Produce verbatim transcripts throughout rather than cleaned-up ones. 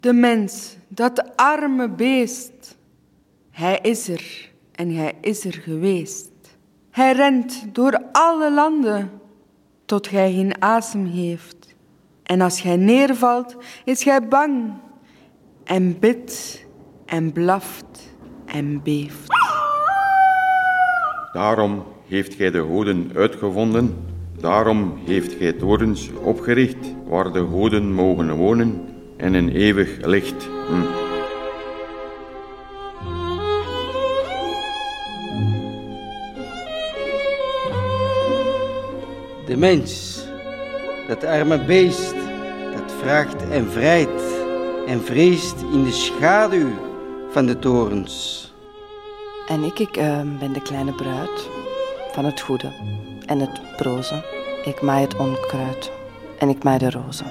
De mens, dat arme beest. Hij is er en hij is er geweest. Hij rent door alle landen, tot gij geen asem heeft. En als gij neervalt, is gij bang. En bidt en blaft en beeft. Daarom heeft gij de goden uitgevonden. Daarom heeft gij torens opgericht, waar de goden mogen wonen en een eeuwig licht. Hm. De mens, dat arme beest, dat vraagt en vrijt en vreest in de schaduw van de torens. En ik, ik uh, ben de kleine bruid van het goede en het broze. Ik maai het onkruid en ik maai de rozen.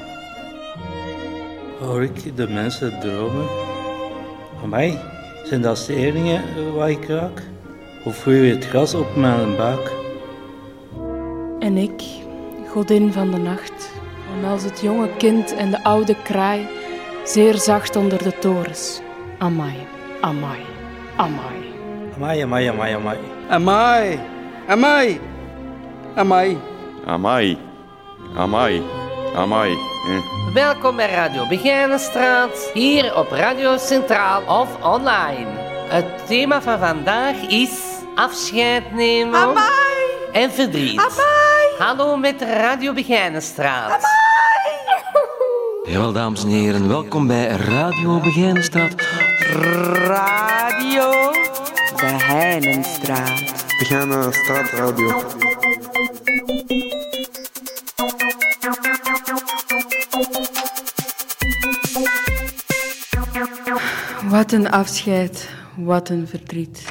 Hoor ik de mensen dromen? Amai, zijn dat steringen waar ik raak? Of groeit het gras op mijn buik? En ik, godin van de nacht, omhels het jonge kind en de oude kraai, zeer zacht onder de torens. Amai, amai, amai. Amai, amai, amai, amai. Amai, amai, amai. Amai, amai, amai. Hm. Welkom bij Radio Begijnenstraat, hier op Radio Centraal of online. Het thema van vandaag is afscheid nemen Amai. en verdriet. Amai. Hallo met Radio Begijnenstraat. Amai. Jawel, dames en heren, welkom bij Radio Begijnenstraat. Radio Begijnenstraat. Begijnenstraat Radio. Wat een afscheid, wat een verdriet.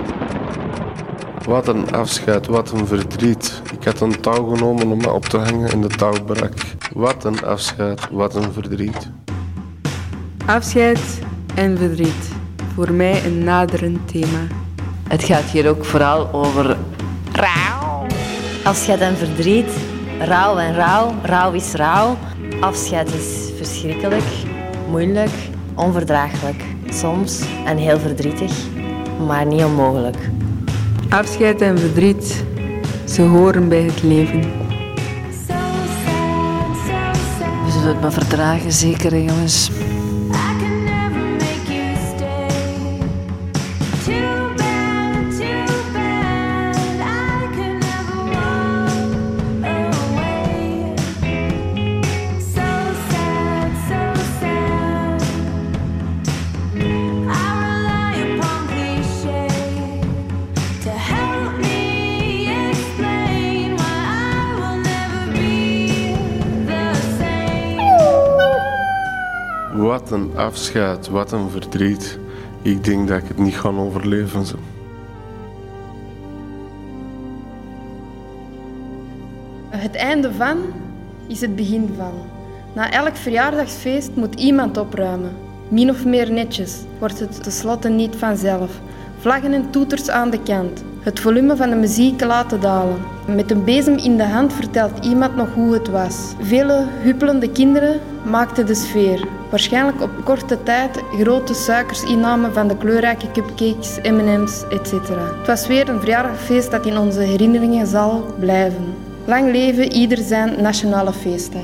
Wat een afscheid, wat een verdriet. Ik had een touw genomen om me op te hangen en de touw brak. Wat een afscheid, wat een verdriet. Afscheid en verdriet. Voor mij een naderend thema. Het gaat hier ook vooral over rouw. Afscheid en verdriet. Rouw en rouw. Rouw is rouw. Afscheid is verschrikkelijk, moeilijk, onverdraaglijk. Soms en heel verdrietig, maar niet onmogelijk. Afscheid en verdriet, ze horen bij het leven. We zullen het maar verdragen, zeker, hè, jongens. Wat een afscheid, wat een verdriet. Ik denk dat ik het niet ga overleven. Zo. Het einde van is het begin van. Na elk verjaardagsfeest moet iemand opruimen. Min of meer netjes wordt het tenslotte niet vanzelf. Vlaggen en toeters aan de kant. Het volume van de muziek laten dalen. Met een bezem in de hand vertelt iemand nog hoe het was. Vele huppelende kinderen maakten de sfeer. Waarschijnlijk op korte tijd grote suikersinname van de kleurrijke cupcakes, M en M's, et cetera. Het was weer een verjaardagfeest dat in onze herinneringen zal blijven. Lang leven ieder zijn nationale feestdag.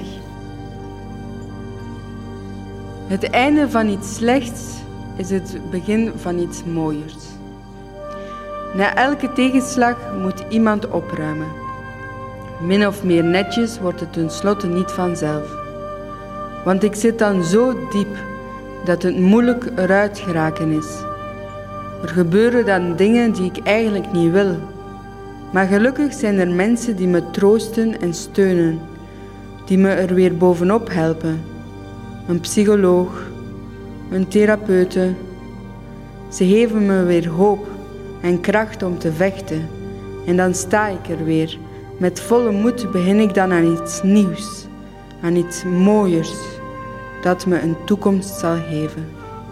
Het einde van iets slechts is het begin van iets mooiers. Na elke tegenslag moet iemand opruimen. Min of meer netjes wordt het tenslotte niet vanzelf. Want ik zit dan zo diep dat het moeilijk eruit geraken is. Er gebeuren dan dingen die ik eigenlijk niet wil. Maar gelukkig zijn er mensen die me troosten en steunen. Die me er weer bovenop helpen. Een psycholoog, een therapeute. Ze geven me weer hoop en kracht om te vechten. En dan sta ik er weer. Met volle moed begin ik dan aan iets nieuws. Aan iets mooiers. Dat me een toekomst zal geven.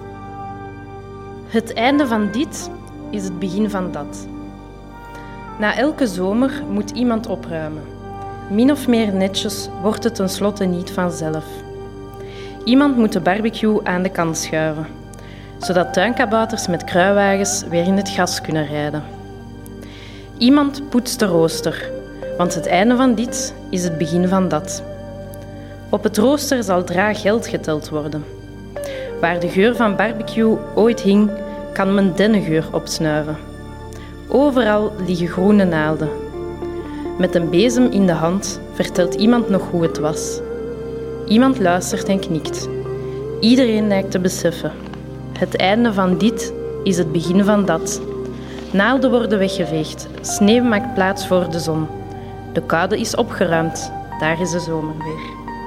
Het einde van dit is het begin van dat. Na elke zomer moet iemand opruimen. Min of meer netjes wordt het tenslotte niet vanzelf. Iemand moet de barbecue aan de kant schuiven, zodat tuinkabouters met kruiwagens weer in het gas kunnen rijden. Iemand poetst de rooster, want het einde van dit is het begin van dat. Op het rooster zal traag geld geteld worden. Waar de geur van barbecue ooit hing, kan men dennengeur opsnuiven. Overal liggen groene naalden. Met een bezem in de hand vertelt iemand nog hoe het was. Iemand luistert en knikt. Iedereen lijkt te beseffen. Het einde van dit is het begin van dat. Naalden worden weggeveegd. Sneeuw maakt plaats voor de zon. De koude is opgeruimd. Daar is de zomer weer.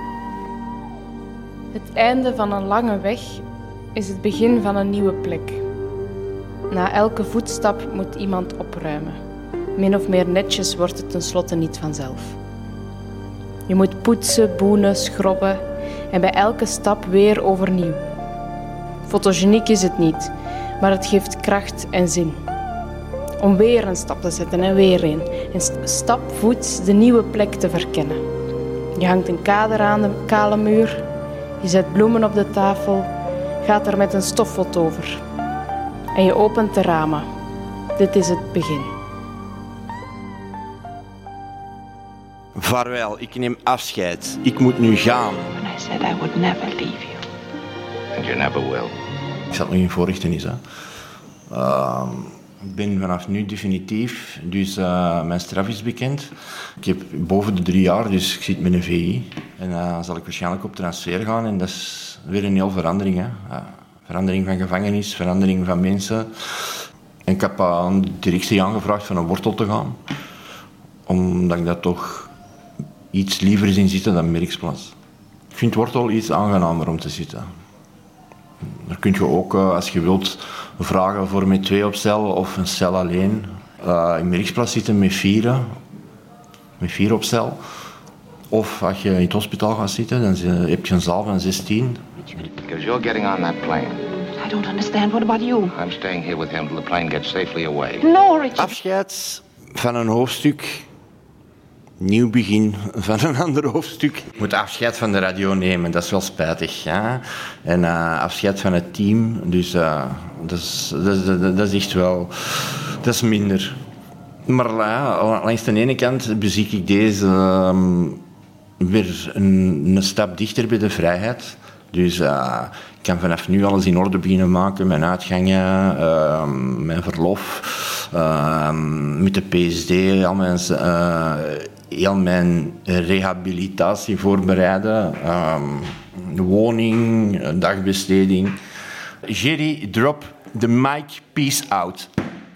Het einde van een lange weg is het begin van een nieuwe plek. Na elke voetstap moet iemand opruimen. Min of meer netjes wordt het tenslotte niet vanzelf. Je moet poetsen, boenen, schrobben en bij elke stap weer overnieuw. Fotogeniek is het niet, maar het geeft kracht en zin. Om weer een stap te zetten en weer een. En stapvoets de nieuwe plek te verkennen. Je hangt een kader aan de kale muur. Je zet bloemen op de tafel. Gaat er met een stofvot over. En je opent de ramen. Dit is het begin. Vaarwel, ik neem afscheid. Ik moet nu gaan. And I said I would never leave you. And you never will. Ik zat nog in voorrechtenis, hè. Uh, ik ben vanaf nu definitief, dus uh, mijn straf is bekend. Ik heb boven de drie jaar, dus ik zit met een V I. En dan uh, zal ik waarschijnlijk op transfer gaan en dat is weer een heel verandering, hè. Uh, verandering van gevangenis, verandering van mensen. En ik heb aan de directie aangevraagd van een wortel te gaan. Omdat ik dat toch iets liever zie zitten dan Merksplas. Ik vind wortel iets aangenamer om te zitten. Daar kun je ook, als je wilt, vragen voor met twee op cel of een cel alleen. Uh, in Merksplas zitten met vier, met vier op cel. Of als je in het hospitaal gaat zitten, dan heb je een zaal van zestien. Because you're getting on that plane. I don't understand. What about you? I'm staying here with him till the plane gets safely away. No, Richard. Afscheid van een hoofdstuk. Nieuw begin van een ander hoofdstuk. Ik moet afscheid van de radio nemen, dat is wel spijtig. Ja? En uh, afscheid van het team, dus uh, dat, is, dat, is, dat is echt wel... Dat is minder. Maar uh, langs de ene kant bezie ik deze uh, weer een, een stap dichter bij de vrijheid. Dus uh, ik kan vanaf nu alles in orde beginnen maken, mijn uitgangen, uh, mijn verlof, uh, met de P S D, al mijn... Uh, heel mijn rehabilitatie voorbereiden. Um, woning, dagbesteding. Jerry, drop the mic, peace out.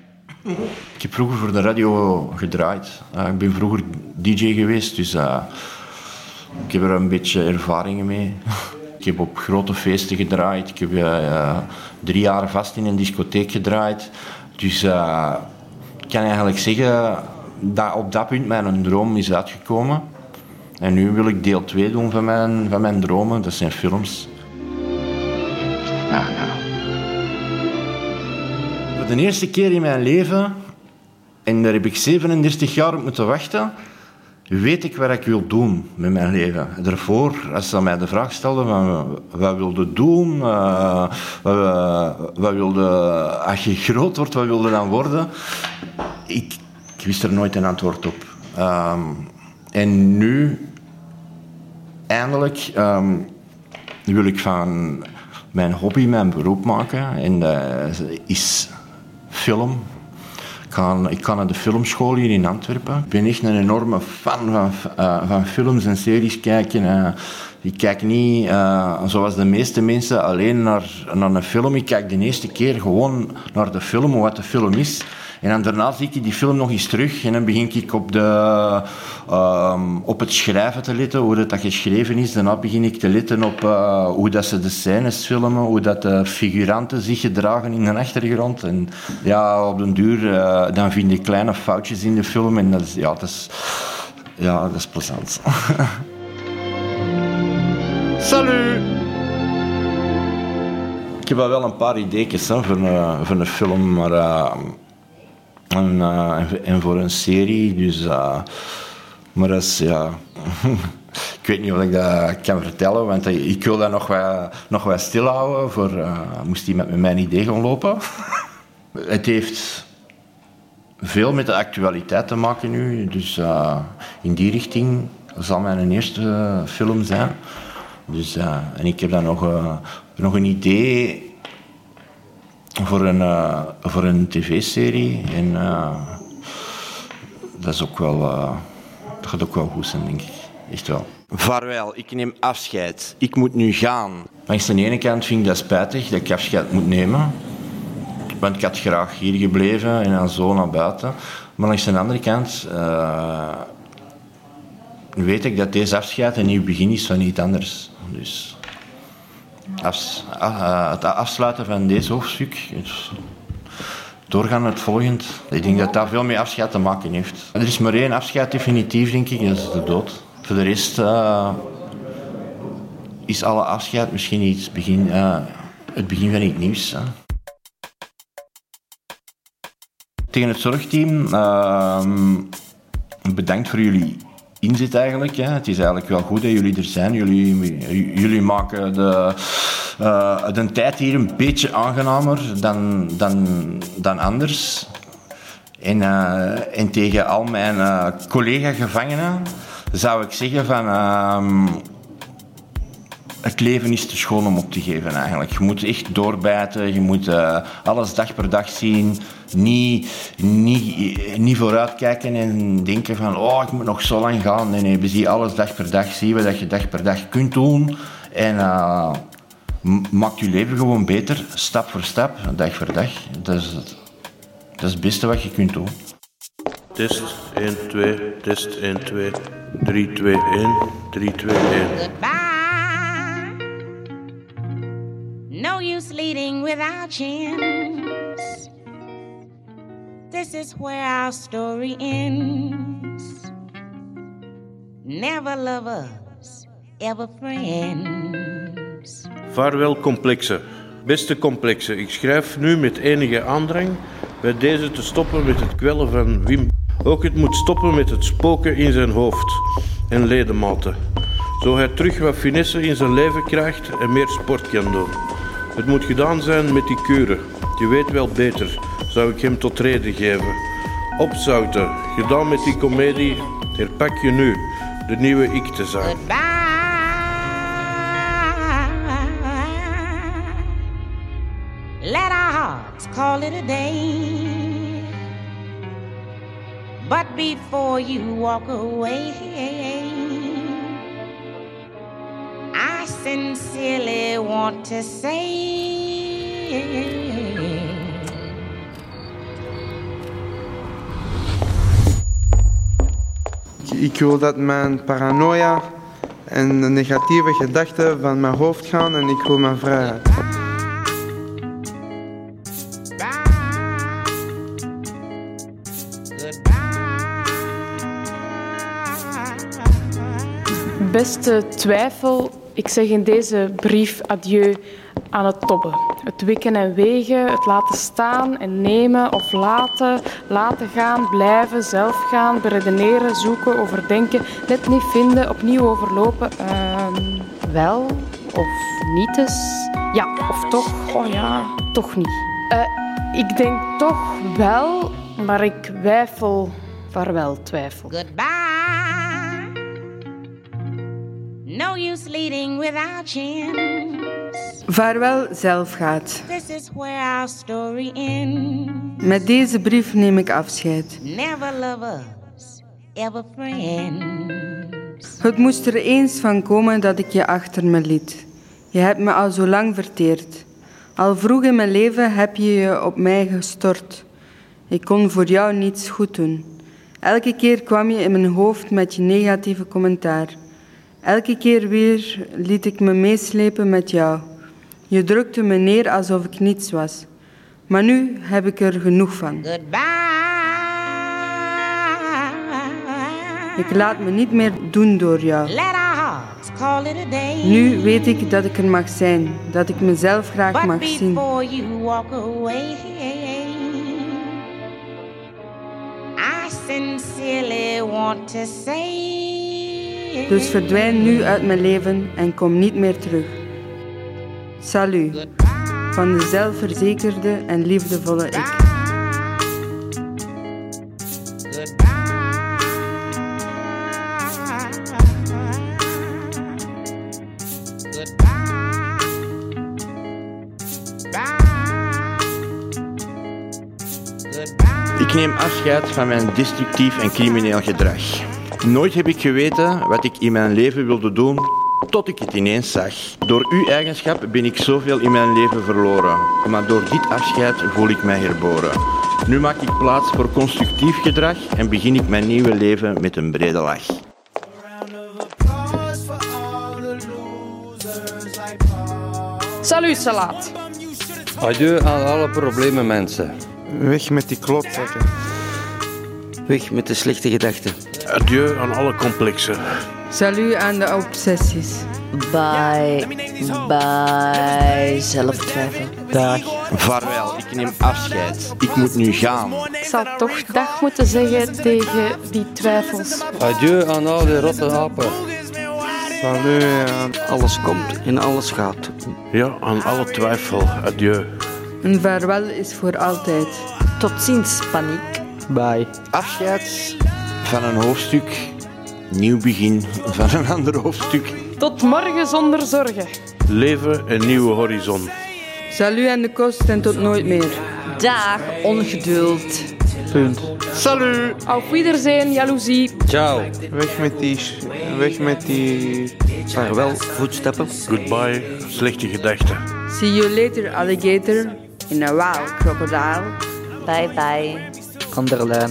Ik heb vroeger voor de radio gedraaid. Uh, ik ben vroeger D J geweest, dus uh, ik heb er een beetje ervaringen mee. Ik heb op grote feesten gedraaid. Ik heb uh, drie jaar vast in een discotheek gedraaid. Dus uh, ik kan eigenlijk zeggen... dat op dat punt mijn droom is uitgekomen. En nu wil ik deel twee doen van mijn, van mijn dromen. Dat zijn films. Nou, nou. Voor de eerste keer in mijn leven, en daar heb ik zevenendertig jaar op moeten wachten, weet ik wat ik wil doen met mijn leven. Daarvoor, als ze mij de vraag stelden van wat wilde doen, uh, wat, wat wilde, als je groot wordt, wat wilde dan worden? Ik, ik wist er nooit een antwoord op. Um, en nu, eindelijk, um, wil ik van mijn hobby mijn beroep maken. En dat is film. Ik ga, ik ga naar de filmschool hier in Antwerpen. Ik ben echt een enorme fan van, uh, van films en series kijken. Uh, ik kijk niet, uh, zoals de meeste mensen, alleen naar, naar een film. Ik kijk de eerste keer gewoon naar de film, wat de film is. En dan daarna zie ik die film nog eens terug. En dan begin ik op, de, uh, op het schrijven te letten, hoe dat, dat geschreven is. Daarna begin ik te letten op uh, hoe dat ze de scènes filmen, hoe dat de figuranten zich gedragen in de achtergrond. En ja, op den duur uh, dan vind ik kleine foutjes in de film. En dat is, ja, dat is, ja, dat is plezant. Salut! Ik heb wel een paar ideetjes voor, een, voor een film, maar... Uh, En, uh, en voor een serie, dus... Uh, maar dat is, ja... ik Ik weet niet of ik dat kan vertellen, want ik wil dat nog wat, nog wat stilhouden. Voor, uh, moest hij met mijn idee gaan lopen. Het heeft veel met de actualiteit te maken nu. Dus uh, in die richting zal mijn eerste uh, film zijn. Dus, uh, en ik heb dan nog, uh, nog een idee voor een, uh, voor een tv-serie. En uh, dat is ook wel, uh, dat gaat ook wel goed zijn, denk ik. Echt wel. Vaarwel, ik neem afscheid. Ik moet nu gaan. Langs de ene kant vind ik dat spijtig dat ik afscheid moet nemen. Want ik had graag hier gebleven en dan zo naar buiten. Maar langs de andere kant uh, weet ik dat deze afscheid een nieuw begin is van iets anders. Dus af, uh, het afsluiten van deze hoofdstuk, het doorgaan naar het volgende. Ik denk dat dat veel meer afscheid te maken heeft. Er is maar één afscheid definitief, denk ik, dat is de dood. Voor de rest uh, is alle afscheid misschien iets begin, uh, het begin van iets nieuws. Hè. Tegen het zorgteam, uh, bedankt voor jullie inzet eigenlijk. Hè. Het is eigenlijk wel goed dat jullie er zijn. Jullie, jullie maken de, uh, de tijd hier een beetje aangenamer dan, dan, dan anders. En, uh, en tegen al mijn uh, collega-gevangenen zou ik zeggen van... Uh, het leven is te schoon om op te geven eigenlijk. Je moet echt doorbijten, je moet uh, alles dag per dag zien. Niet, niet, niet vooruitkijken en denken van oh, ik moet nog zo lang gaan. Nee, nee, we zien alles dag per dag, zien we dat je dag per dag kunt doen. En uh, maakt je leven gewoon beter, stap voor stap, dag voor dag. Dat is, het, dat is het beste wat je kunt doen. Test één, twee, test één, twee, drie, twee, één, drie, twee, één. No use leading without chance. This is where our story ends. Never lovers, ever friends. Vaarwel complexen. Beste complexen, ik schrijf nu met enige aandrang bij deze te stoppen met het kwellen van Wim. Ook het moet stoppen met het spoken in zijn hoofd en ledematen. Zo hij terug wat finesse in zijn leven krijgt en meer sport kan doen. Het moet gedaan zijn met die kuren. Je weet wel beter, zou ik hem tot reden geven. Opzouten, gedaan met die komedie, herpak je nu de nieuwe ik te zijn. Let our hearts call it a day. But before you walk away, I sincerely want to say ik wil dat mijn paranoia en de negatieve gedachten van mijn hoofd gaan en ik wil mijn vrijheid. Beste twijfel, ik zeg in deze brief adieu aan het tobben. Het wikken en wegen, het laten staan en nemen of laten, laten gaan, blijven, zelf gaan, beredeneren, zoeken, overdenken, net niet vinden, opnieuw overlopen. Uh, wel of niet eens? Ja, of toch? Oh ja, toch niet. Uh, ik denk toch wel, maar ik twijfel, vaarwel twijfel. Goodbye. No use leading without chance. Vaarwel zelfgaat. This is where our story ends. Met deze brief neem ik afscheid. Never lovers, ever friends. Het moest er eens van komen dat ik je achter me liet. Je hebt me al zo lang verteerd. Al vroeg in mijn leven heb je je op mij gestort. Ik kon voor jou niets goed doen. Elke keer kwam je in mijn hoofd met je negatieve commentaar. Elke keer weer liet ik me meeslepen met jou. Je drukte me neer alsof ik niets was. Maar nu heb ik er genoeg van. Goodbye. Ik laat me niet meer doen door jou. Let our hearts call it a day. Nu weet ik dat ik er mag zijn. Dat ik mezelf graag But mag zien. before you walk away, I sincerely want to say Dus verdwijn nu uit mijn leven en kom niet meer terug. Salut, van de zelfverzekerde en liefdevolle ik. Ik neem afscheid van mijn destructief en crimineel gedrag. Nooit heb ik geweten wat ik in mijn leven wilde doen, tot ik het ineens zag. Door uw eigenschap ben ik zoveel in mijn leven verloren, maar door dit afscheid voel ik mij herboren. Nu maak ik plaats voor constructief gedrag en begin ik mijn nieuwe leven met een brede lach. Salut, Salaat. Adieu aan alle problemen, mensen. Weg met die klotzakken. Weg met de slechte gedachten. Adieu aan alle complexen. Salut aan de obsessies. Bye. Bye. Zelftwijfel. Dag. Vaarwel, ik neem afscheid. Ik moet nu gaan. Ik zal toch dag moeten zeggen tegen die twijfels. Adieu aan al die rotte apen. Salut aan... Alles komt en alles gaat. Ja, aan alle twijfel. Adieu. Een vaarwel is voor altijd. Tot ziens, paniek. Bye. Afscheid van een hoofdstuk. Nieuw begin van een ander hoofdstuk. Tot morgen zonder zorgen. Leven een nieuwe horizon. Salut aan de kost en tot nooit meer. Dag, ongeduld. Punt. Salut. Auf Wiedersehen, jaloezie. Ciao. Weg met die... Weg met die... Vaarwel, voetstappen. Goodbye, slechte gedachten. See you later, alligator. In a wow, crocodile. Bye bye. Andere lijn.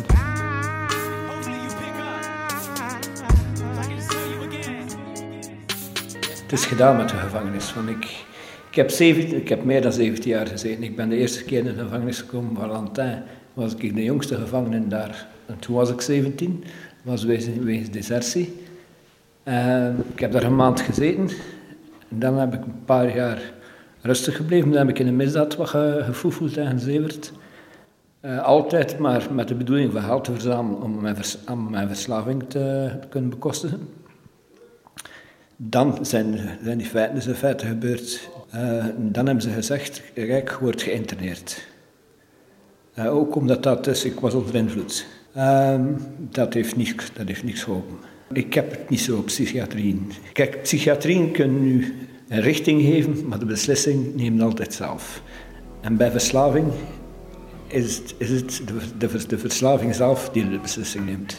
Het is gedaan met de gevangenis. Want ik, ik, heb zeventien, ik heb meer dan zeventien jaar gezeten. Ik ben de eerste keer in de gevangenis gekomen. Valentin was ik de jongste gevangene daar. En toen was ik zeventien. Was wegens, wegens desertie. Uh, ik heb daar een maand gezeten. En dan heb ik een paar jaar rustig gebleven. Dan heb ik in de misdaad wat ge, gefoefeld en gezeverd. Uh, altijd maar met de bedoeling van geld te verzamelen om mijn, vers, om mijn verslaving te, te kunnen bekostigen. Dan zijn, zijn die feiten, zijn feiten gebeurd. Uh, dan hebben ze gezegd, kijk, je wordt geïnterneerd. Uh, ook omdat dat is, ik was onder invloed. Uh, dat, heeft niks, dat heeft niks geholpen. Ik heb het niet zo op psychiatrieën. Kijk, psychiatrieën kunnen nu een richting geven, maar de beslissing neemt altijd zelf. En bij verslaving is het, is het de, de, de verslaving zelf die de beslissing neemt.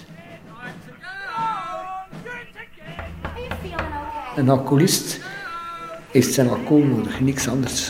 Een alcoholist heeft zijn alcohol nodig, niks anders.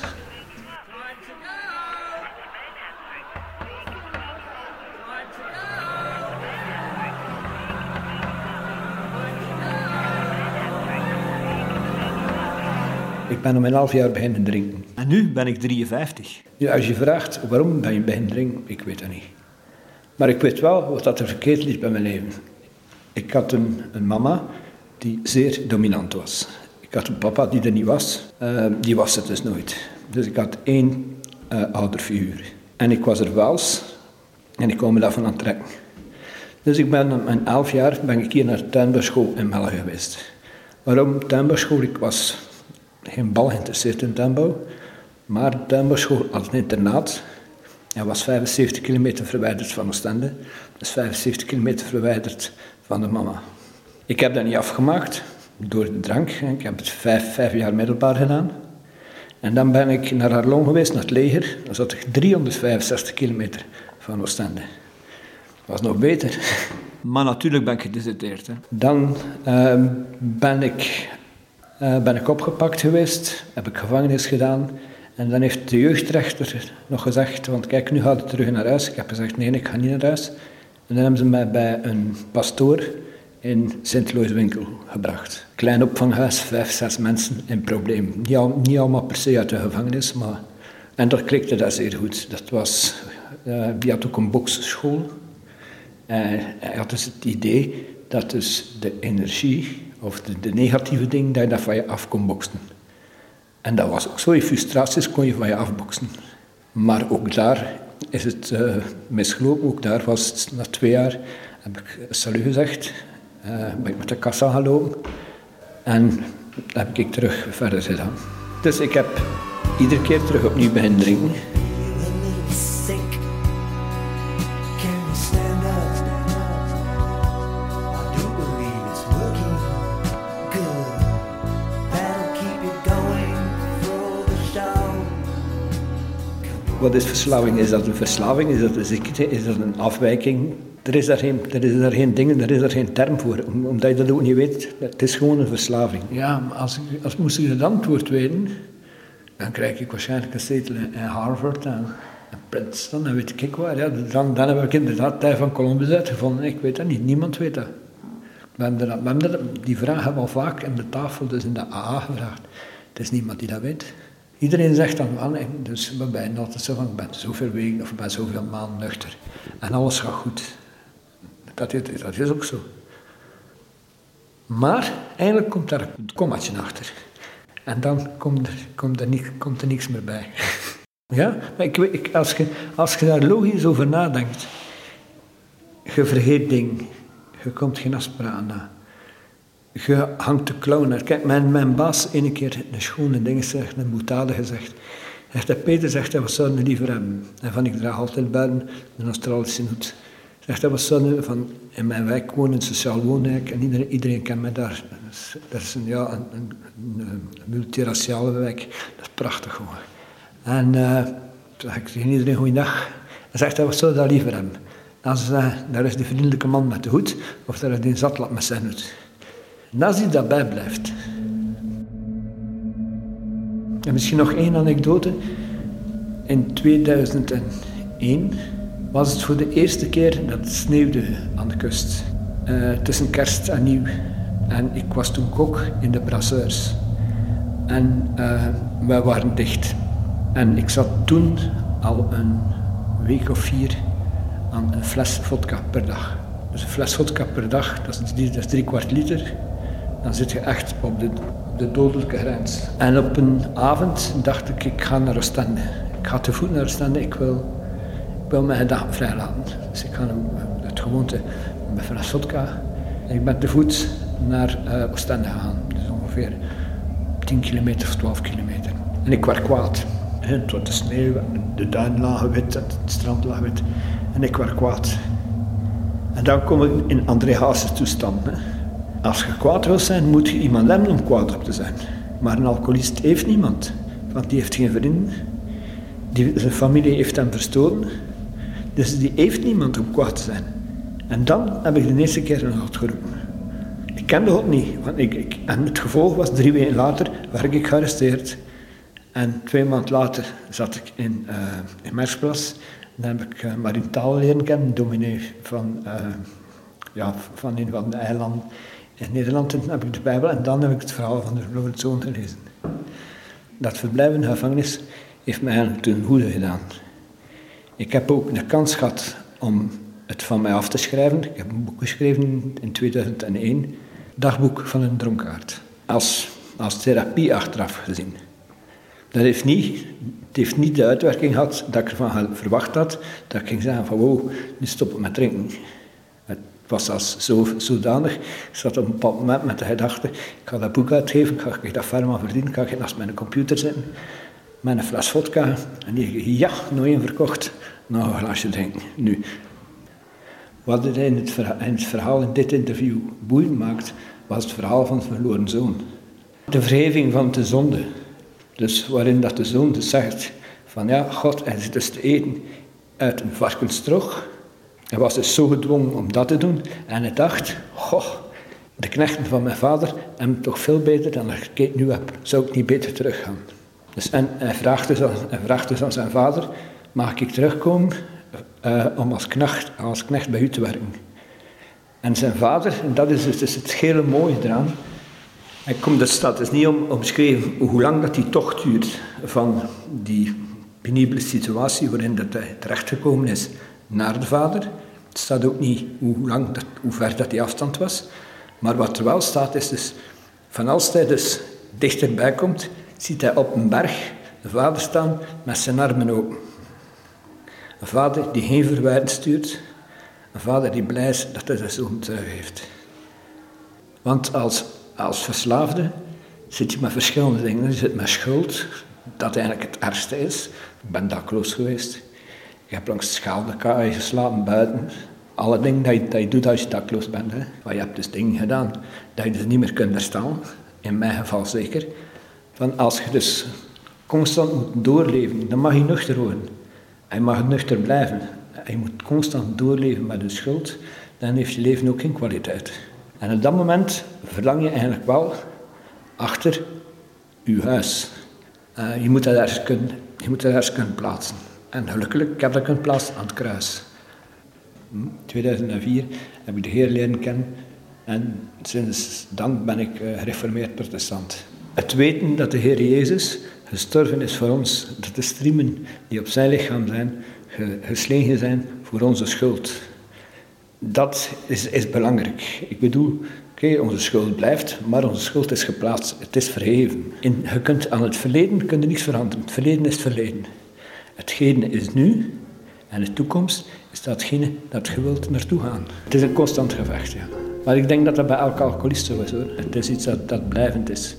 Ik ben om een half jaar beginnen drinken. En nu ben ik drieënvijftig. Ja, als je vraagt waarom ben je beginnen drinken, ik weet dat niet. Maar ik weet wel wat dat er verkeerd liep bij mijn leven. Ik had een, een mama die zeer dominant was. Ik had een papa die er niet was. Uh, die was het dus nooit. Dus ik had één uh, ouderfiguur. En ik was er Waals en ik kon me daarvan aantrekken. Dus ik ben om een elf jaar ben ik hier naar de tuinbouwschool in Melle geweest. Waarom tuinbouwschool? Ik was geen bal geïnteresseerd in tuinbouw. Maar de tuinbouwschool had een internaat. Hij was vijfenzeventig kilometer verwijderd van Oostende. Dus vijfenzeventig kilometer verwijderd van de mama. Ik heb dat niet afgemaakt door de drank. Ik heb het vijf, vijf jaar middelbaar gedaan. En dan ben ik naar Arlon geweest, naar het leger. Dan zat ik driehonderdvijfenzestig kilometer van Oostende. Dat was nog beter. Maar natuurlijk ben ik gedeserteerd. Hè? Dan uh, ben, ik, uh, ben ik opgepakt geweest, heb ik gevangenis gedaan. En dan heeft de jeugdrechter nog gezegd, want kijk, nu gaat het terug naar huis. Ik heb gezegd, nee, ik ga niet naar huis. En dan hebben ze mij bij een pastoor in Sint-Looswinkel gebracht. Klein opvanghuis, vijf, zes mensen in probleem. Niet, al, niet allemaal per se uit de gevangenis, maar... En dat klikte daar zeer goed. Dat was... Uh, die had ook een boksschool. En hij had dus het idee dat dus de energie, of de, de negatieve dingen, dat je dat van je af kon boksen. En dat was ook zo, je frustraties kon je van je afboksen. Maar ook daar is het uh, misgelopen, ook daar was het na twee jaar, heb ik salut gezegd. Uh, ben ik met de kassa gaan lopen. En heb ik terug verder gedaan. Dus ik heb iedere keer terug opnieuw beginnen drinken. Wat is verslaving? Is dat een verslaving? Is dat een ziekte? Is dat een afwijking? Er is daar geen, er is daar geen dingen, er is daar geen term voor, omdat je dat ook niet weet. Het is gewoon een verslaving. Ja, maar als, ik, als moest ik het antwoord weten, dan krijg ik waarschijnlijk een zetel in Harvard en, en Princeton en weet ik waar. Ja, dan, dan heb ik inderdaad tijd van Columbus uitgevonden. Ik weet dat niet, niemand weet dat. We hebben, dat, we hebben dat, die vraag hebben we al vaak in de tafel, dus in de A A gevraagd. Het is niemand die dat weet. Iedereen zegt dan wel, dus we zijn altijd zo van, ik ben zoveel weken of ik ben zoveel maanden nuchter. En alles gaat goed. Dat is, dat is ook zo. Maar eigenlijk komt daar een kommaatje achter. En dan komt er, komt er, niet, komt er niks meer bij. Ja, maar ik, ik, als, je, als je daar logisch over nadenkt, je vergeet dingen, je komt geen afspraken na. Je hangt de klauwen naar. Kijk, mijn, mijn baas ene keer een schone ding zegt, een boetade gezegd. Hij zegt, Peter, zegt hij, wat zouden we liever hebben? En van, ik draag altijd buiten een Australische hoed. Zegt hij, wat zouden we van, in mijn wijk wonen, een sociaal woonwijk, en iedereen, iedereen kent mij daar. Dat is, dat is een, ja, een, een, een multiraciale wijk. Dat is prachtig gewoon. En uh, toen zeg ik tegen iedereen, goeiedag. En zegt hij, wat zou je daar liever hebben? Dan zei hij, daar is die vriendelijke man met de hoed, of daar is die zatlap met zijn hoed. En als hij daarbij blijft. En misschien nog één anekdote. In tweeduizend één was het voor de eerste keer dat het sneeuwde aan de kust. Uh, tussen kerst en nieuw. En ik was toen kok in de brasseurs. En uh, wij waren dicht. En ik zat toen al een week of vier aan een fles vodka per dag. Dus een fles vodka per dag, dat is, dat is drie kwart liter. Dan zit je echt op de, de dodelijke grens. En op een avond dacht ik, ik ga naar Oostende. Ik ga te voet naar Oostende, ik wil, ik wil mijn dag vrijlaten. Dus ik ga het gewoonte met fles vodka. En ik ben te voet naar uh, Oostende gegaan. Dus ongeveer tien kilometer of twaalf kilometer. En ik werd kwaad. Het was de sneeuw, de duinen lagen wit, het strand lag wit. En ik werd kwaad. En dan kom ik in André Hazes toestand. Hè. Als je kwaad wil zijn, moet je iemand hebben om kwaad op te zijn. Maar een alcoholist heeft niemand. Want die heeft geen vrienden. Die, zijn familie heeft hem verstoten. Dus die heeft niemand om kwaad te zijn. En dan heb ik de eerste keer een God geroepen. Ik kende God niet. Want ik, ik, en het gevolg was, drie weken later werd ik gearresteerd. En twee maanden later zat ik in, uh, in Mersplas. Dan heb ik uh, Marien Taal leren kennen, dominee van, uh, ja, van een van de eilanden in Nederland. En dan heb ik de Bijbel en dan heb ik het verhaal van de verloren zoon gelezen. Dat verblijf in de gevangenis heeft mij eigenlijk ten goede gedaan. Ik heb ook de kans gehad om het van mij af te schrijven. Ik heb een boek geschreven in tweeduizend één, Dagboek van een dronkaard. Als, als therapie achteraf gezien. Dat heeft niet, het heeft niet de uitwerking gehad dat ik ervan verwacht had, dat ik ging zeggen van wow, nu stoppen met drinken. Het was als zo, zodanig, ik zat op een bepaald moment met de gedachte, ik ga dat boek uitgeven, ik ga dat ferma verdienen, ik ga ik naast mijn computer zitten, met een fles vodka, en die ja, nog één verkocht, nog een glaasje drinken. Nu, wat het in het, verhaal, in het verhaal in dit interview boeiend maakt, was het verhaal van de verloren zoon. De vergeving van de zonde. Dus waarin dat de zoon dus zegt van ja, God, hij zit dus te eten uit een varkensstrog. Hij was dus zo gedwongen om dat te doen. En hij dacht, goh, de knechten van mijn vader hebben toch veel beter dan ik nu heb. Zou ik niet beter teruggaan? Dus, en hij vraagt, dus aan, hij vraagt dus aan zijn vader, mag ik terugkomen uh, om als knecht, als knecht bij u te werken? En zijn vader, en dat is dus het hele mooie eraan, hij komt, dat staat dus niet om, omschreven hoe lang dat die tocht duurt van die penibele situatie waarin dat hij terechtgekomen is naar de vader. Het staat ook niet hoe, lang dat, hoe ver dat die afstand was. Maar wat er wel staat is dus, van als hij dus dichterbij komt, ziet hij op een berg de vader staan met zijn armen open. Een vader die geen verwijten stuurt. Een vader die blij is dat hij zijn zoon terug heeft. Want als, als verslaafde zit je met verschillende dingen. Je zit met schuld, dat eigenlijk het ergste is. Ik ben dakloos geweest. Ik heb langs de Schaldekaai geslapen buiten. Alle dingen dat je, dat je doet als je dakloos bent. Hè. Maar je hebt dus dingen gedaan dat je dus niet meer kunt herstaan. In mijn geval zeker. Van als je dus constant moet doorleven, dan mag je nuchter worden. En je mag nuchter blijven. En je moet constant doorleven met de schuld. Dan heeft je leven ook geen kwaliteit. En op dat moment verlang je eigenlijk wel achter je huis. Uh, je moet dat ergens kunnen, je moet dat ergens kunnen plaatsen. En gelukkig, ik heb dat kunnen plaatsen aan het kruis. In tweeduizend vier heb ik de Heer leren kennen en sinds dan ben ik uh, gereformeerd protestant. Het weten dat de Heer Jezus gestorven is voor ons, dat de striemen die op zijn lichaam zijn, ge, geslegen zijn voor onze schuld. Dat is, is belangrijk. Ik bedoel, oké, okay, onze schuld blijft, maar onze schuld is geplaatst, het is verheven. En je kunt aan het verleden kun je niets veranderen. Het verleden is het verleden. Hetgene is nu en de toekomst is datgene dat je wilt naartoe gaan. Het is een constant gevecht, ja. Maar ik denk dat dat bij elke alcoholist zo is, hoor. Het is iets dat, dat blijvend is.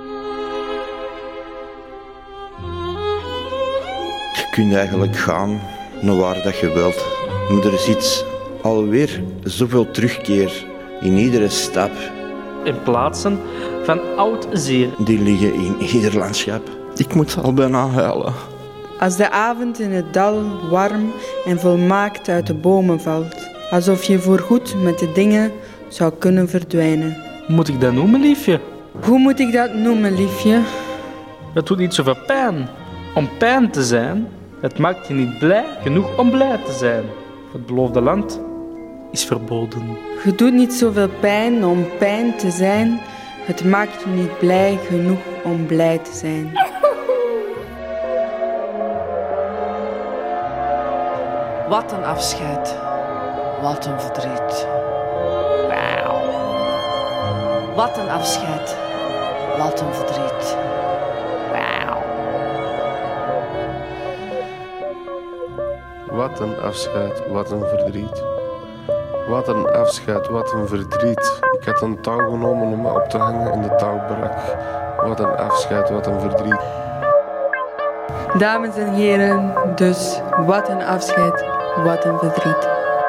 Je kunt eigenlijk gaan naar waar dat je wilt. Maar er is iets alweer zoveel terugkeer in iedere stap. In plaatsen van oud zeer. Die liggen in ieder landschap. Ik moet al bijna huilen. Als de avond in het dal warm en volmaakt uit de bomen valt. Alsof je voorgoed met de dingen zou kunnen verdwijnen. Moet ik dat noemen, liefje? Hoe moet ik dat noemen, liefje? Het doet niet zoveel pijn om pijn te zijn. Het maakt je niet blij genoeg om blij te zijn. Het beloofde land is verboden. Je doet niet zoveel pijn om pijn te zijn. Het maakt je niet blij genoeg om blij te zijn. Wat een afscheid. Wat een verdriet. Wauw. Wat een afscheid. Wat een verdriet. Wauw. Wat een afscheid, wat een verdriet. Wat een afscheid, wat een verdriet. Ik had een touw genomen om me op te hangen in de touwbrak. Wat een afscheid, wat een verdriet. Dames en heren, dus wat een afscheid, wat een verdriet.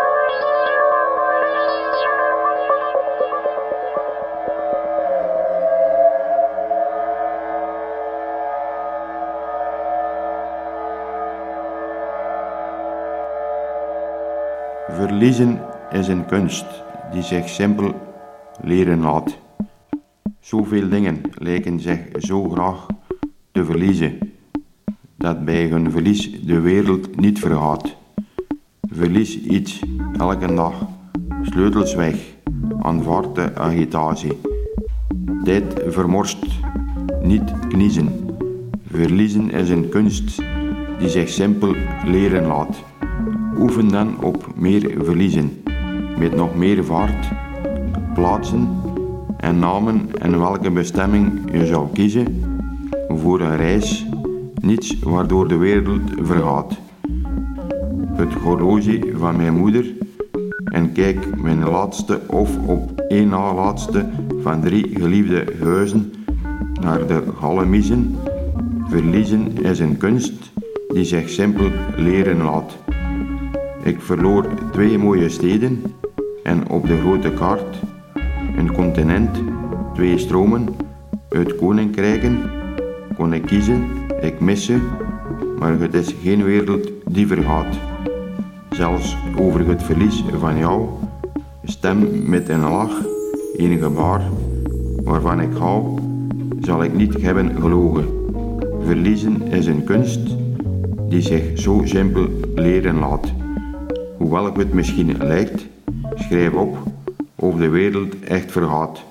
Verliezen is een kunst die zich simpel leren laat. Zoveel dingen lijken zich zo graag te verliezen, dat bij hun verlies de wereld niet vergaat. Verlies iets elke dag, sleutels weg, aanvaard de agitatie. Tijd vermorst, niet kniezen. Verliezen is een kunst die zich simpel leren laat. Oefen dan op meer verliezen, met nog meer vaart, plaatsen en namen en welke bestemming je zou kiezen voor een reis, niets waardoor de wereld vergaat. Het horloge van mijn moeder en kijk mijn laatste of op één na laatste van drie geliefde huizen naar de gallemiezen. Verliezen is een kunst die zich simpel leren laat. Ik verloor twee mooie steden en op de grote kaart een continent, twee stromen, uit koninkrijken kon ik kiezen, ik mis ze, maar het is geen wereld die vergaat. Zelfs over het verlies van jou, stem met een lach, een gebaar, waarvan ik hou, zal ik niet hebben gelogen. Verliezen is een kunst die zich zo simpel leren laat. Hoewel het misschien lijkt, schrijf op of de wereld echt vergaat.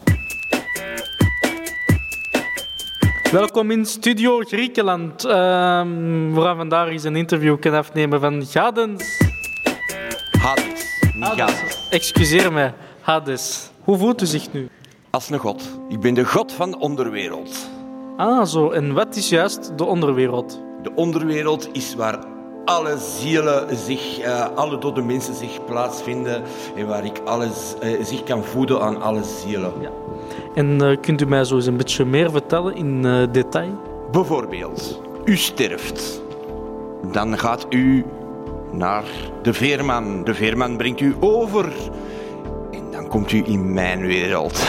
Welkom in Studio Griekenland, uh, waar we vandaag eens een interview kunnen afnemen van Gadens. Hades, niet Hades. Excuseer me, Hades. Hoe voelt u zich nu? Als een god. Ik ben de god van de onderwereld. Ah, zo. En wat is juist de onderwereld? De onderwereld is waar alle zielen zich, uh, alle dode mensen zich plaatsvinden en waar ik alles, uh, zich kan voeden aan alle zielen. Ja. En uh, kunt u mij zo eens een beetje meer vertellen in uh, detail? Bijvoorbeeld, u sterft. Dan gaat u naar de veerman. De veerman brengt u over. En dan komt u in mijn wereld.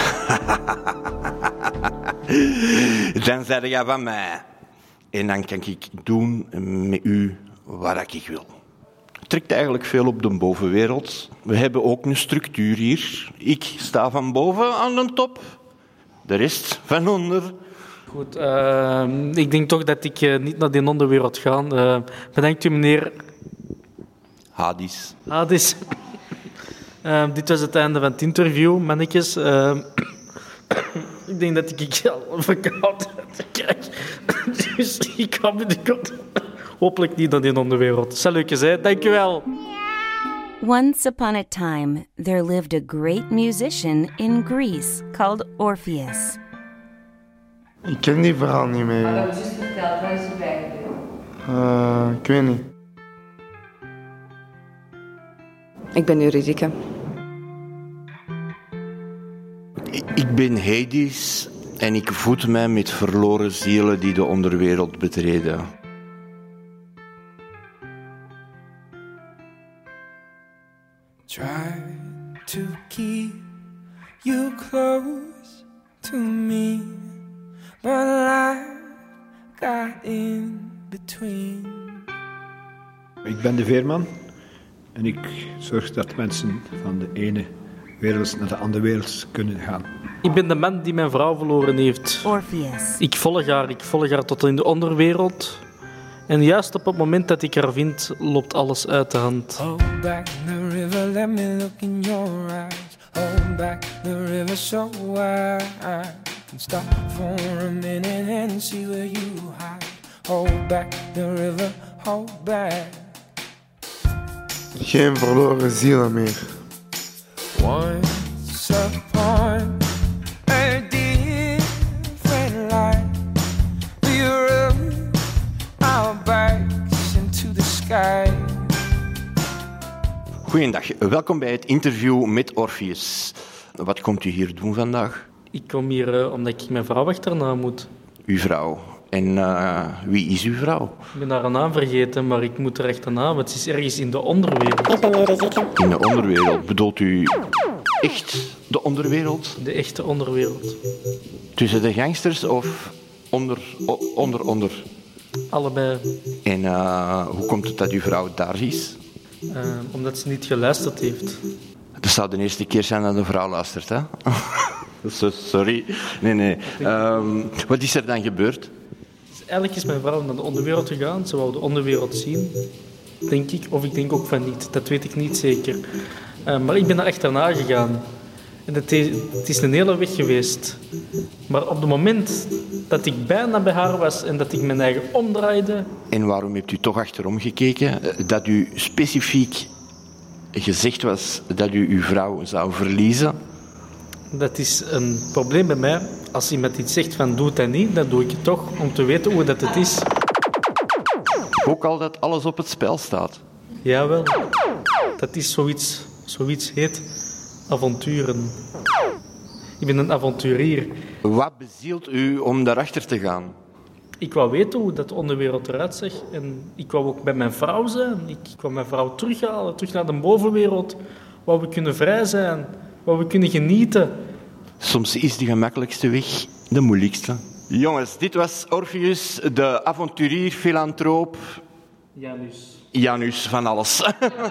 Dan zeg je van mij. En dan kan ik doen met u wat ik wil. Het trekt eigenlijk veel op de bovenwereld. We hebben ook een structuur hier. Ik sta van boven aan de top. De rest van onder. Goed, uh, ik denk toch dat ik uh, niet naar die onderwereld ga. Uh, bedankt u, meneer... Hadis. Hadis. Uh, dit was het einde van het interview, mannetjes. Uh, ik denk dat ik al verkoudheid krijg. Dus ik ga binnenkort hopelijk niet naar die onderwereld. Salut, hè. Dank u wel. Once upon a time, there lived a great musician in Greece called Orpheus. Ik ken die verhaal niet meer. Maar dat is juist verteld, waar is hij bijgebleven? Uh, ik weet niet. Ik ben Eurydice. Ik ben Hades en ik voed mij met verloren zielen die de onderwereld betreden. Try to keep you close to me, but life got in between. Ik ben de veerman en ik zorg dat mensen van de ene wereld naar de andere wereld kunnen gaan. Ik ben de man die mijn vrouw verloren heeft. Orpheus. Ik volg haar, ik volg haar tot in de onderwereld. En juist op het moment dat ik haar vind, loopt alles uit de hand. Hold back the river, let me look in your eyes. Hold back the river so I can stop for a minute and see where you hide. Hold back the river, hold back. Geen verloren zielen meer. Once upon a different life, we rode our bikes into the sky. Goeiedag, welkom bij het interview met Orpheus. Wat komt u hier doen vandaag? Ik kom hier uh, omdat ik mijn vrouw achterna moet. Uw vrouw. En uh, wie is uw vrouw? Ik ben haar naam vergeten, maar ik moet er achterna, want ze is ergens in de onderwereld. Ik ben Eurydice. In de onderwereld? Bedoelt u echt de onderwereld? De echte onderwereld. Tussen de gangsters of onder, onder, onder? Allebei. En uh, hoe komt het dat uw vrouw daar is? Uh, omdat ze niet geluisterd heeft. Dat zou de eerste keer zijn dat een vrouw luistert, hè? Sorry. Nee, nee. Um, wat is er dan gebeurd? Eigenlijk is mijn vrouw naar de onderwereld gegaan. Ze wou de onderwereld zien, denk ik. Of ik denk ook van niet. Dat weet ik niet zeker. Uh, maar ik ben daar achterna gegaan. En het is, het is een hele weg geweest. Maar op het moment dat ik bijna bij haar was en dat ik mijn eigen omdraaide... En waarom hebt u toch achterom gekeken? Dat u specifiek gezegd was dat u uw vrouw zou verliezen? Dat is een probleem bij mij. Als iemand iets zegt van doe het en niet, dan doe ik het toch om te weten hoe dat het is. Ook al dat alles op het spel staat? Jawel. Dat is zoiets, zoiets heet avonturen. Ik ben een avonturier. Wat bezielt u om daarachter te gaan? Ik wou weten hoe dat de onderwereld eruit zag. En ik wou ook bij mijn vrouw zijn. Ik wou mijn vrouw terughalen, terug naar de bovenwereld. Waar we kunnen vrij zijn. Waar we kunnen genieten. Soms is de gemakkelijkste weg de moeilijkste. Jongens, dit was Orpheus, de avonturier, filantroop. Janus. Janus van alles.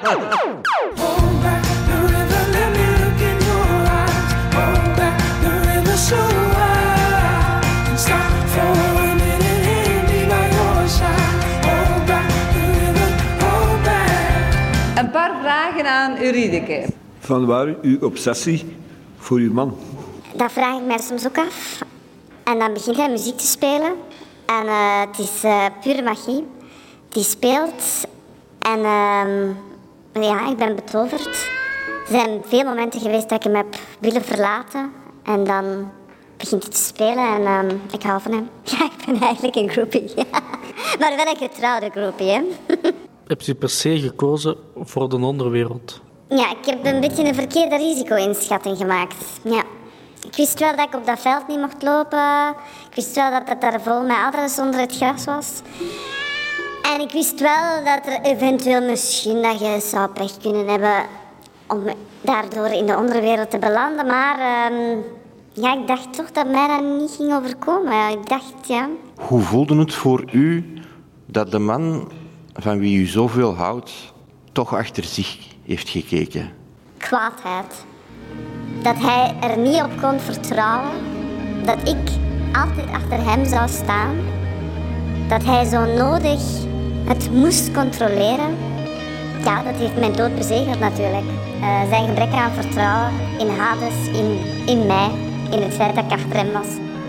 Een paar vragen aan Eurydice. Vanwaar uw obsessie voor uw man? Dat vraag ik mij soms ook af. En dan begint hij muziek te spelen. En uh, het is uh, pure magie. Die speelt. En uh, ja, ik ben betoverd. Er zijn veel momenten geweest dat ik hem heb willen verlaten. En dan begint hij te spelen en uh, ik hou van hem. Ja, ik ben eigenlijk een groepie. Maar wel een getrouwde groepie, hè. Heb je per se gekozen voor de onderwereld? Ja, ik heb een beetje een verkeerde risico-inschatting gemaakt. Ja. Ik wist wel dat ik op dat veld niet mocht lopen. Ik wist wel dat het daar vol met aders onder het gras was. En ik wist wel dat er eventueel misschien dat je zou pech kunnen hebben om daardoor in de onderwereld te belanden. Maar uh, ja, ik dacht toch dat mij dat niet ging overkomen. Ja, ik dacht, ja. Hoe voelde het voor u dat de man van wie u zoveel houdt toch achter zich heeft gekeken? Kwaadheid. Dat hij er niet op kon vertrouwen. Dat ik altijd achter hem zou staan. Dat hij zo nodig het moest controleren. Ja, dat heeft mijn dood bezegeld natuurlijk. Uh, zijn gebrek aan vertrouwen in Hades, in, in mij, in het feit dat ik achter hem was.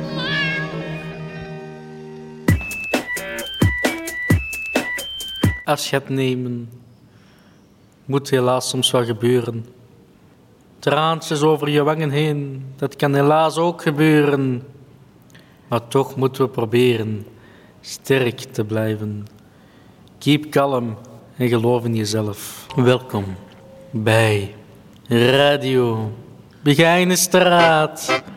Afscheid nemen moet helaas soms wel gebeuren. Traantjes over je wangen heen, dat kan helaas ook gebeuren. Maar toch moeten we proberen sterk te blijven. Keep calm en geloof in jezelf. Welkom bij Radio Begijnenstraat.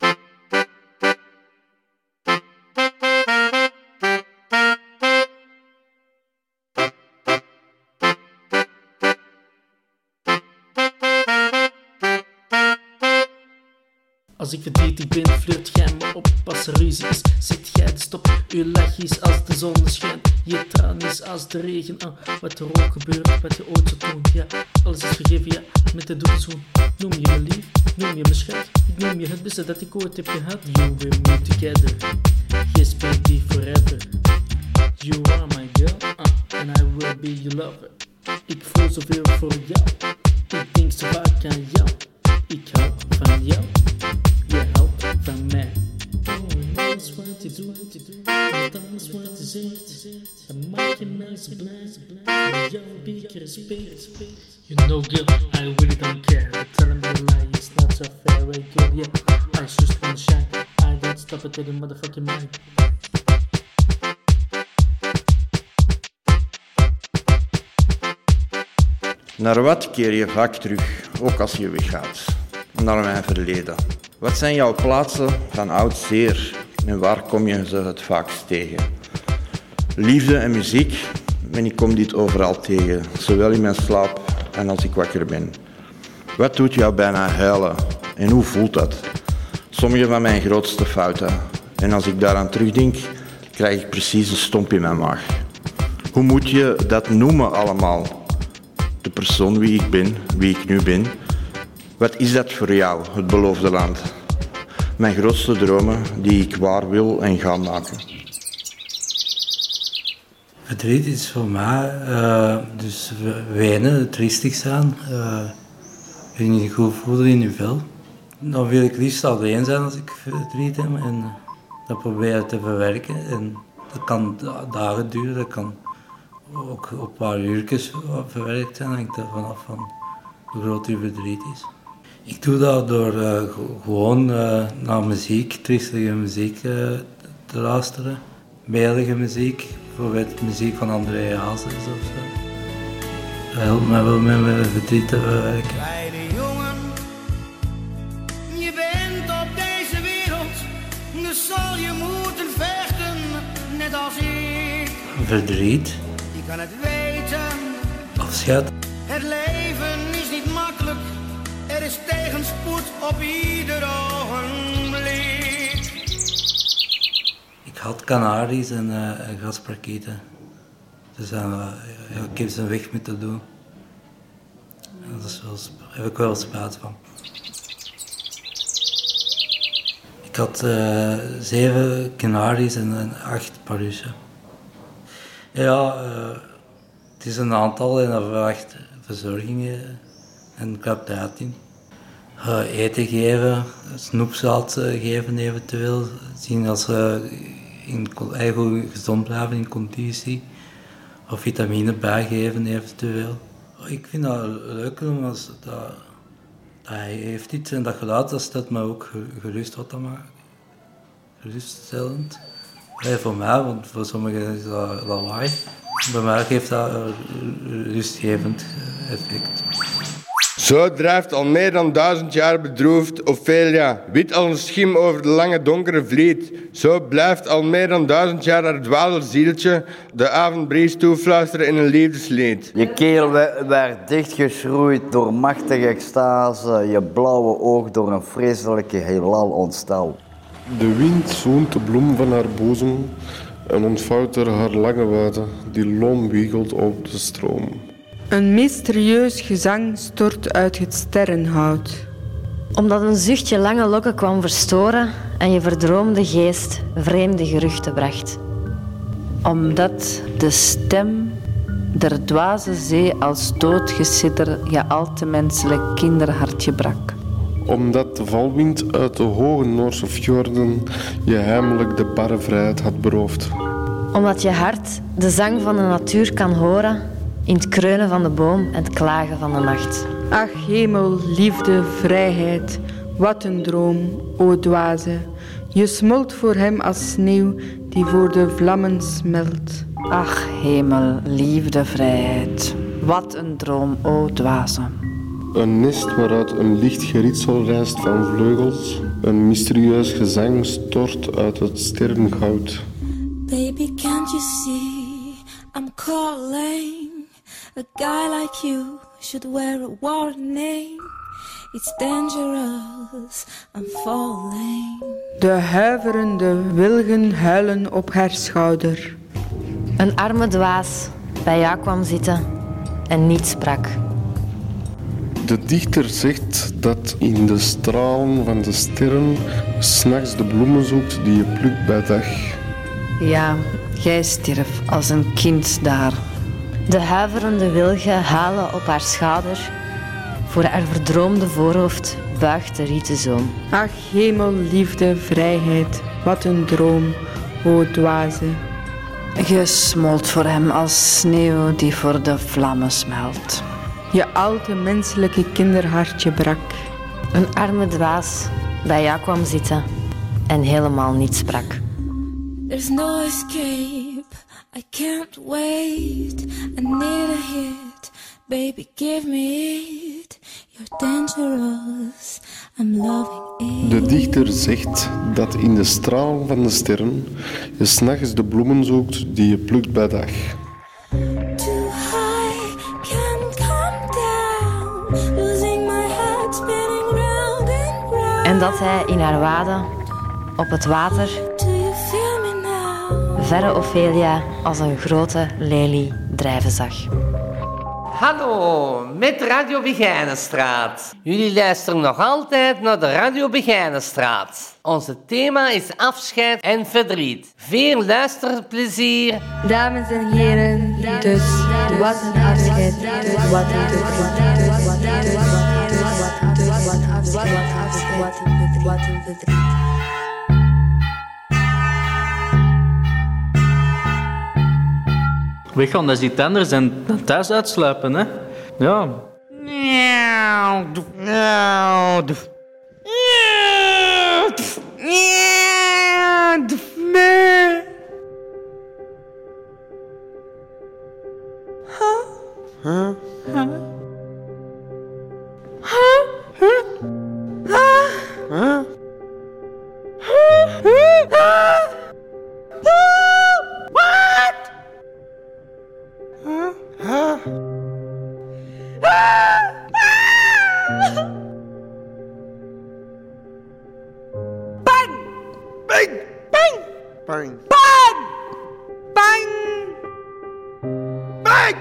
Als ik verdrietig ben, flirt jij me op. Als er ruzie is, zet jij de stop. Uw lach is als de zon schijnt. Je traan is als de regen. Ah, wat er ook gebeurt, wat je ooit zou doen. Ja, alles is vergeven, ja, met de doelzoen. Noem je me lief, noem je me schat. Ik noem je het beste dat ik ooit heb gehad. You and me together, yes baby forever. You are my girl, uh, and I will be your lover. Ik voel zoveel voor jou. Ik denk zo vaak aan jou. Ik hou van jou. Je houdt van mij. Oh, en alles wat je doet, en alles wat je zegt, dan maak je mij zo blij. Voor jou heb ik respect. You know, girl, I really don't care. Tell him the lie, it's not so fair, right, girl? Yeah, I just wanna shine. I don't stop it to the motherfucking mind. Naar wat keer je vaak terug, ook als je weggaat? Naar mijn verleden. Wat zijn jouw plaatsen van oud zeer en waar kom je ze het vaakst tegen? Liefde en muziek, en ik kom dit overal tegen, zowel in mijn slaap en als ik wakker ben. Wat doet jou bijna huilen en hoe voelt dat? Sommige van mijn grootste fouten. En als ik daaraan terugdenk, krijg ik precies een stomp in mijn maag. Hoe moet je dat noemen allemaal? De persoon wie ik ben, wie ik nu ben. Wat is dat voor jou, het beloofde land? Mijn grootste dromen die ik waar wil en ga maken. Verdriet is voor mij uh, dus wenen, triestig zijn, uh, je niet goed voelen in je vel. Dan wil ik liefst alleen zijn als ik verdriet heb en uh, dat probeer ik te verwerken. En dat kan dagen duren, dat kan ook op een paar uurtjes verwerkt zijn, hangt er vanaf van hoe groot je verdriet is. Ik doe dat door uh, gewoon uh, naar muziek, triestige muziek uh, te luisteren. Beeldige muziek, bijvoorbeeld muziek van André Hazes of zo. Dat helpt mij wel met mijn verdriet te verwerken. Kleine jongen, je bent op deze wereld, dus zal je moeten vechten, net als ik. Verdriet. Je kan het weten. Afscheid. Het leven is niet makkelijk. Er is tegenspoed op ieder ogenblik. Ik had Canaries en, uh, en gasparkieten. Dus uh, ja, ik heb ze weg moeten doen. En daar heb ik wel spijt van. Ik had uh, zeven Canaries en, en acht parussen. Ja, uh, het is een aantal en dat verwacht verzorgingen en kwaliteit in. Uh, eten geven, snoepzaad geven eventueel, zien als ze in, eigenlijk gezond blijven in conditie. Of vitamine bijgeven eventueel. Ik vind dat leuk, omdat dat, dat hij heeft iets en dat geluid dat stelt me ook gerust wat dat maakt. Geruststellend. Ja, voor mij, want voor sommigen is dat lawaai. Bij mij geeft dat een rustgevend effect. Zo drijft al meer dan duizend jaar bedroefd Ophelia, wit als een schim over de lange donkere vliet. Zo blijft al meer dan duizend jaar haar dwaler zieltje de avondbries toefluisteren in een liefdeslied. Je keel werd dichtgeschroeid door machtige extase, je blauwe oog door een vreselijke heelal ontstel. De wind zoent de bloem van haar boezem en ontvouwt er haar lange water die loom wiegelt op de stroom. Een mysterieus gezang stort uit het sterrenhout. Omdat een zuchtje lange lokken kwam verstoren en je verdroomde geest vreemde geruchten bracht. Omdat de stem der dwaze zee als doodgesidder je al te menselijk kinderhartje brak. Omdat de valwind uit de hoge Noorse fjorden je heimelijk de barre vrijheid had beroofd. Omdat je hart de zang van de natuur kan horen in het kreunen van de boom en het klagen van de nacht. Ach hemel, liefde, vrijheid, wat een droom, o dwaze. Je smolt voor hem als sneeuw die voor de vlammen smelt. Ach hemel, liefde, vrijheid, wat een droom, o dwaze. Een nest waaruit een licht geritsel rijst van vleugels, een mysterieus gezang stort uit het sterrengoud. Baby, can't you see I'm calling? A guy like you should wear a warning. It's dangerous, I'm falling. De huiverende wilgen huilen op haar schouder. Een arme dwaas bij jou kwam zitten en niet sprak. De dichter zegt dat in de stralen van de sterren 's nachts de bloemen zoekt die je plukt bij dag. Ja, jij stierf als een kind daar. De huiverende wilgen halen op haar schouder. Voor haar verdroomde voorhoofd buigt de rieten zoom. Ach hemel, liefde, vrijheid, wat een droom, o dwaze. Je smolt voor hem als sneeuw die voor de vlammen smelt. Je al te menselijke kinderhartje brak. Een arme dwaas bij jou kwam zitten en helemaal niet sprak. There's no escape, I can't wait. I need a hit, baby give me it. You're dangerous, I'm loving it. De dichter zegt dat in de stralen van de sterren je 's nachts de bloemen zoekt die je plukt bij dag. Too high, can't come down. Losing my head, spinning round and round. En dat hij in haar waden op het water verre Ophelia als een grote lelie drijven zag. Hallo, met Radio Begijnenstraat. Jullie luisteren nog altijd naar de Radio Begijnenstraat. Onze thema is afscheid en verdriet. Veel luisterplezier. Dames en heren, dus wat een afscheid, wat een verdriet. Wat een verdriet. Weggaan, dat is iets anders dan thuis uitsluipen, hè? Ja. Huh? Huh? Huh? What? Huh? Huh? Bang! Bang! Bang! Bang! Bang! Bang! Bang!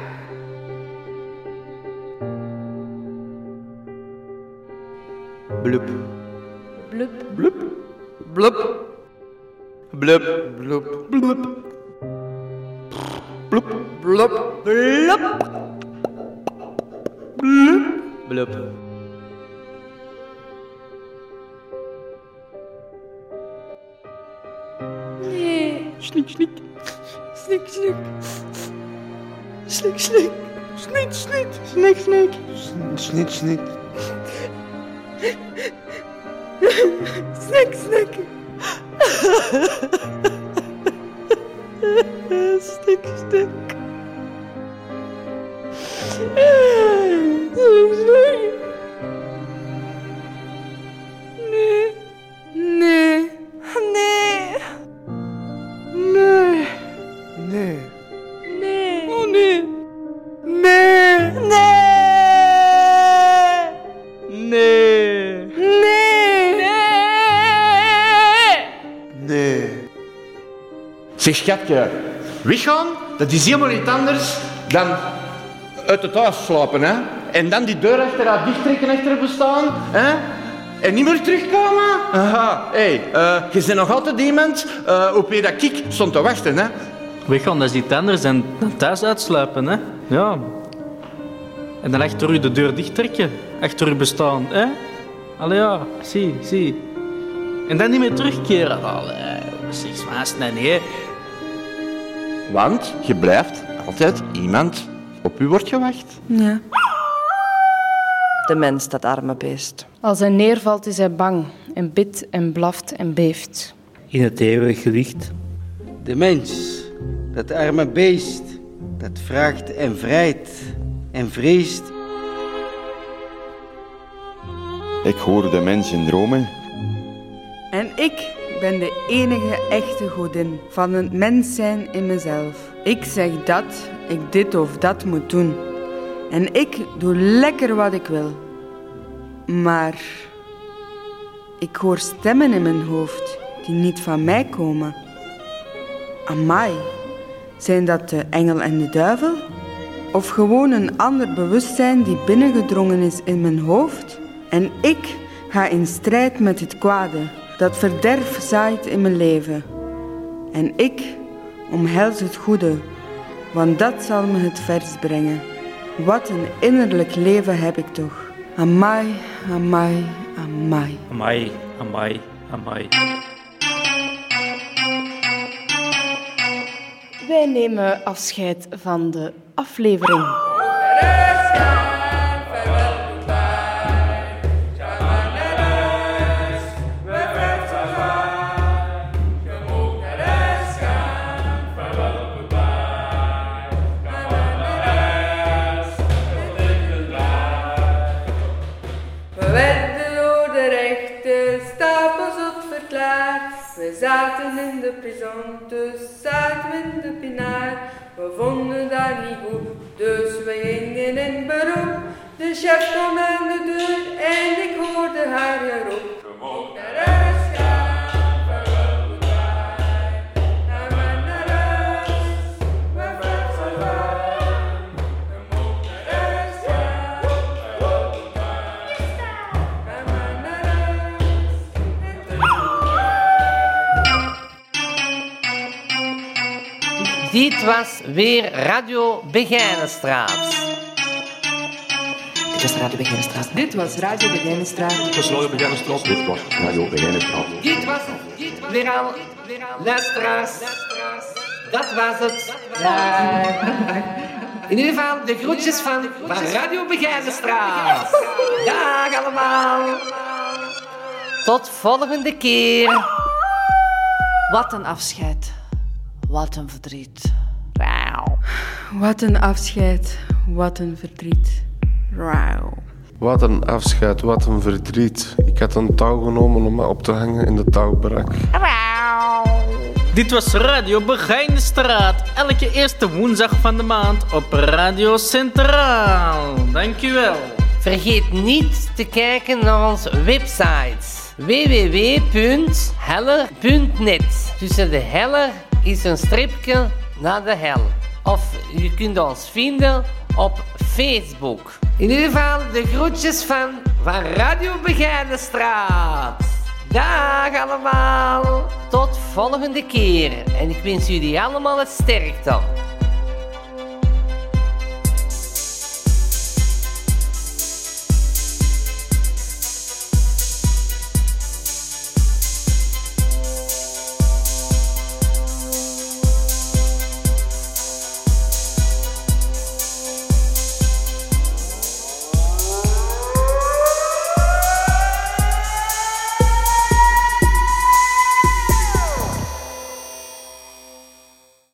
Blup. Blup. Blup. Blup. Blup. Blup. Blup. Blup. Blup. Blup. Blup. Blup. Nee. Snik, snik. Snik, snik. Snik, snik. Snik, snik. Snik, snik. Snik, snik. Snik, snik. Snik, snik. Snik, snik. Zeg schatje, weggaan, dat is helemaal iets anders dan uit het huis slapen, hè. En dan die deur achter haar dichttrekken achter het bestaan, hè. En niet meer terugkomen? Aha, hé, hey, uh, je bent nog altijd iemand uh, op wie dat ik stond te wachten, hè. Weggaan, dat is iets anders dan, dan thuis uitsluipen, hè. Ja. En dan achter u de deur dichttrekken, achter u bestaan, hè. Allee ja, zie, zie. En dan niet meer terugkeren. Allee, zeg, zwaast, nee, nee. Want je blijft altijd iemand op u wordt gewacht. Ja. De mens, dat arme beest. Als hij neervalt is hij bang en bidt en blaft en beeft. In het eeuwige licht. De mens, dat arme beest, dat vraagt en vrijt en vreest. Ik hoor de mensen dromen. En ik ben de enige echte godin van het mens zijn in mezelf. Ik zeg dat ik dit of dat moet doen. En ik doe lekker wat ik wil. Maar ik hoor stemmen in mijn hoofd die niet van mij komen. Amai, zijn dat de engel en de duivel? Of gewoon een ander bewustzijn die binnengedrongen is in mijn hoofd? En ik ga in strijd met het kwade dat verderf zaait in mijn leven. En ik omhels het goede, want dat zal me het verst brengen. Wat een innerlijk leven heb ik toch. Amai, amai, amai. Amai, amai, amai. Wij nemen afscheid van de aflevering. We zaten in de prison, dus zaten we in de pinaar. We vonden dat niet goed, dus we gingen in beroep. De chef kwam aan de deur en ik hoorde haar geroep. Je mag naar huis gaan, vaarwel, goodbye. Ga maar naar huis, maar vaart zo vaar. Je mag naar huis gaan, vaarwel, goodbye. Ga maar naar huis en terug. Dit was weer Radio Begijnenstraat. Dit was Radio Begijnenstraat. Dit was Radio Begijnenstraat. Dit was Radio Begijnenstraat. Dit was Radio Begijnenstraat. Dit was het. Weer al. Luisteraars. Dat was het. Ja. In ieder geval de groetjes van, van Radio Begijnenstraat. Dag allemaal. Tot volgende keer. Wat een afscheid. Wat een verdriet. Wauw. Wat een afscheid. Wat een verdriet. Wauw. Wat een afscheid, wat een verdriet. Ik had een touw genomen om me op te hangen in de touwbrak. Dit was Radio Begijnenstraat. Elke eerste woensdag van de maand op Radio Centraal. Dankjewel. Vergeet niet te kijken naar onze website w w w punt heller punt net. Tussen de heller is een stripje naar de hel. Of je kunt ons vinden op Facebook. In ieder geval de groetjes van, van Radio Begijnenstraat. Dag allemaal. Tot volgende keer. En ik wens jullie allemaal het sterkte.